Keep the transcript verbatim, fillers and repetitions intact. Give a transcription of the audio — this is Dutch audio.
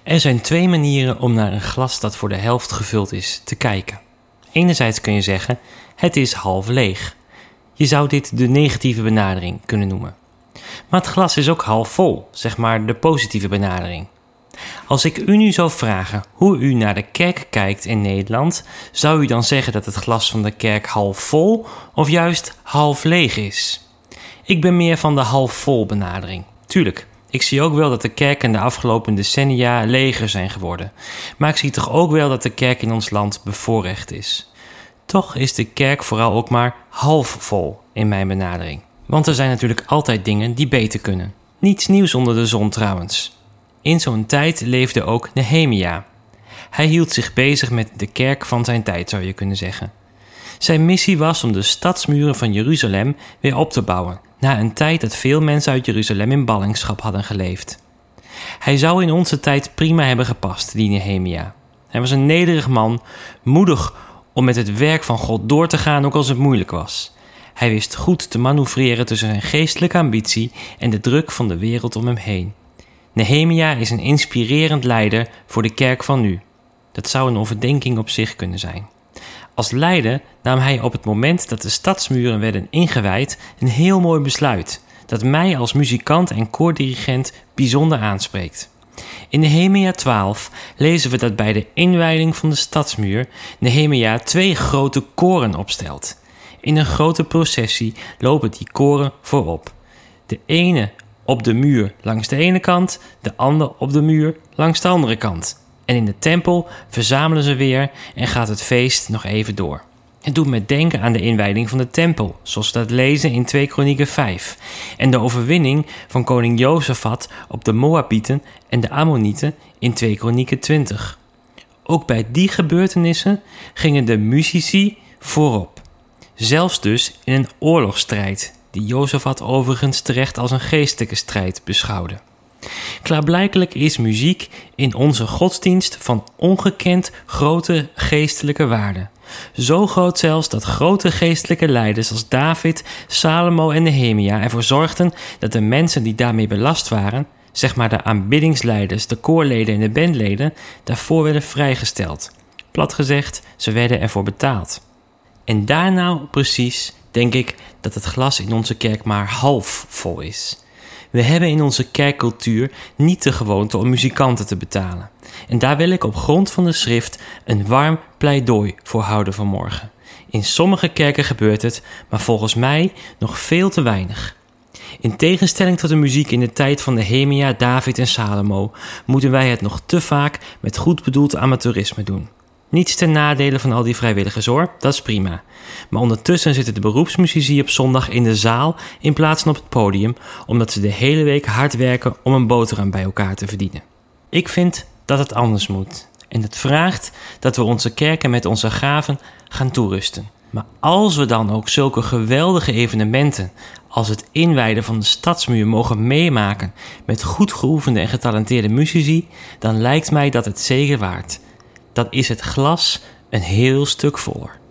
Er zijn twee manieren om naar een glas dat voor de helft gevuld is te kijken. Enerzijds kun je zeggen, het is half leeg. Je zou dit de negatieve benadering kunnen noemen. Maar het glas is ook half vol, zeg maar de positieve benadering. Als ik u nu zou vragen hoe u naar de kerk kijkt in Nederland, zou u dan zeggen dat het glas van de kerk half vol of juist half leeg is? Ik ben meer van de half vol benadering. Tuurlijk, ik zie ook wel dat de kerken de afgelopen decennia leger zijn geworden. Maar ik zie toch ook wel dat de kerk in ons land bevoorrecht is. Toch is de kerk vooral ook maar half vol in mijn benadering. Want er zijn natuurlijk altijd dingen die beter kunnen. Niets nieuws onder de zon trouwens. In zo'n tijd leefde ook Nehemia. Hij hield zich bezig met de kerk van zijn tijd, zou je kunnen zeggen. Zijn missie was om de stadsmuren van Jeruzalem weer op te bouwen, na een tijd dat veel mensen uit Jeruzalem in ballingschap hadden geleefd. Hij zou in onze tijd prima hebben gepast, die Nehemia. Hij was een nederig man, moedig om met het werk van God door te gaan, ook als het moeilijk was. Hij wist goed te manoeuvreren tussen zijn geestelijke ambitie en de druk van de wereld om hem heen. Nehemia is een inspirerend leider voor de kerk van nu. Dat zou een overdenking op zich kunnen zijn. Als leider nam hij op het moment dat de stadsmuren werden ingewijd een heel mooi besluit, dat mij als muzikant en koordirigent bijzonder aanspreekt. In Nehemia twaalf lezen we dat bij de inwijding van de stadsmuur Nehemia twee grote koren opstelt. In een grote processie lopen die koren voorop. De ene op de muur langs de ene kant, de ander op de muur langs de andere kant. En in de tempel verzamelen ze weer en gaat het feest nog even door. Het doet me denken aan de inwijding van de tempel, zoals we dat lezen in twee Kronieken vijf. En de overwinning van koning Jozefat op de Moabieten en de Ammonieten in twee Kronieken twintig. Ook bij die gebeurtenissen gingen de muzici voorop. Zelfs dus in een oorlogsstrijd, die Jozefat overigens terecht als een geestelijke strijd beschouwde. Klaarblijkelijk is muziek in onze godsdienst van ongekend grote geestelijke waarde. Zo groot zelfs dat grote geestelijke leiders als David, Salomo en Nehemia ervoor zorgden dat de mensen die daarmee belast waren, zeg maar de aanbiddingsleiders, de koorleden en de bandleden, daarvoor werden vrijgesteld. Plat gezegd, ze werden ervoor betaald. En daar nou precies denk ik dat het glas in onze kerk maar half vol is. We hebben in onze kerkcultuur niet de gewoonte om muzikanten te betalen. En daar wil ik op grond van de schrift een warm pleidooi voor houden vanmorgen. In sommige kerken gebeurt het, maar volgens mij nog veel te weinig. In tegenstelling tot de muziek in de tijd van Nehemia, David en Salomo, moeten wij het nog te vaak met goed bedoeld amateurisme doen. Niets ten nadele van al die vrijwilligers hoor, dat is prima. Maar ondertussen zitten de beroepsmuzici op zondag in de zaal in plaats van op het podium, omdat ze de hele week hard werken om een boterham bij elkaar te verdienen. Ik vind dat het anders moet. En dat vraagt dat we onze kerken met onze gaven gaan toerusten. Maar als we dan ook zulke geweldige evenementen als het inwijden van de stadsmuur mogen meemaken met goed geoefende en getalenteerde muzici, dan lijkt mij dat het zeker waard. Dan is het glas een heel stuk voller.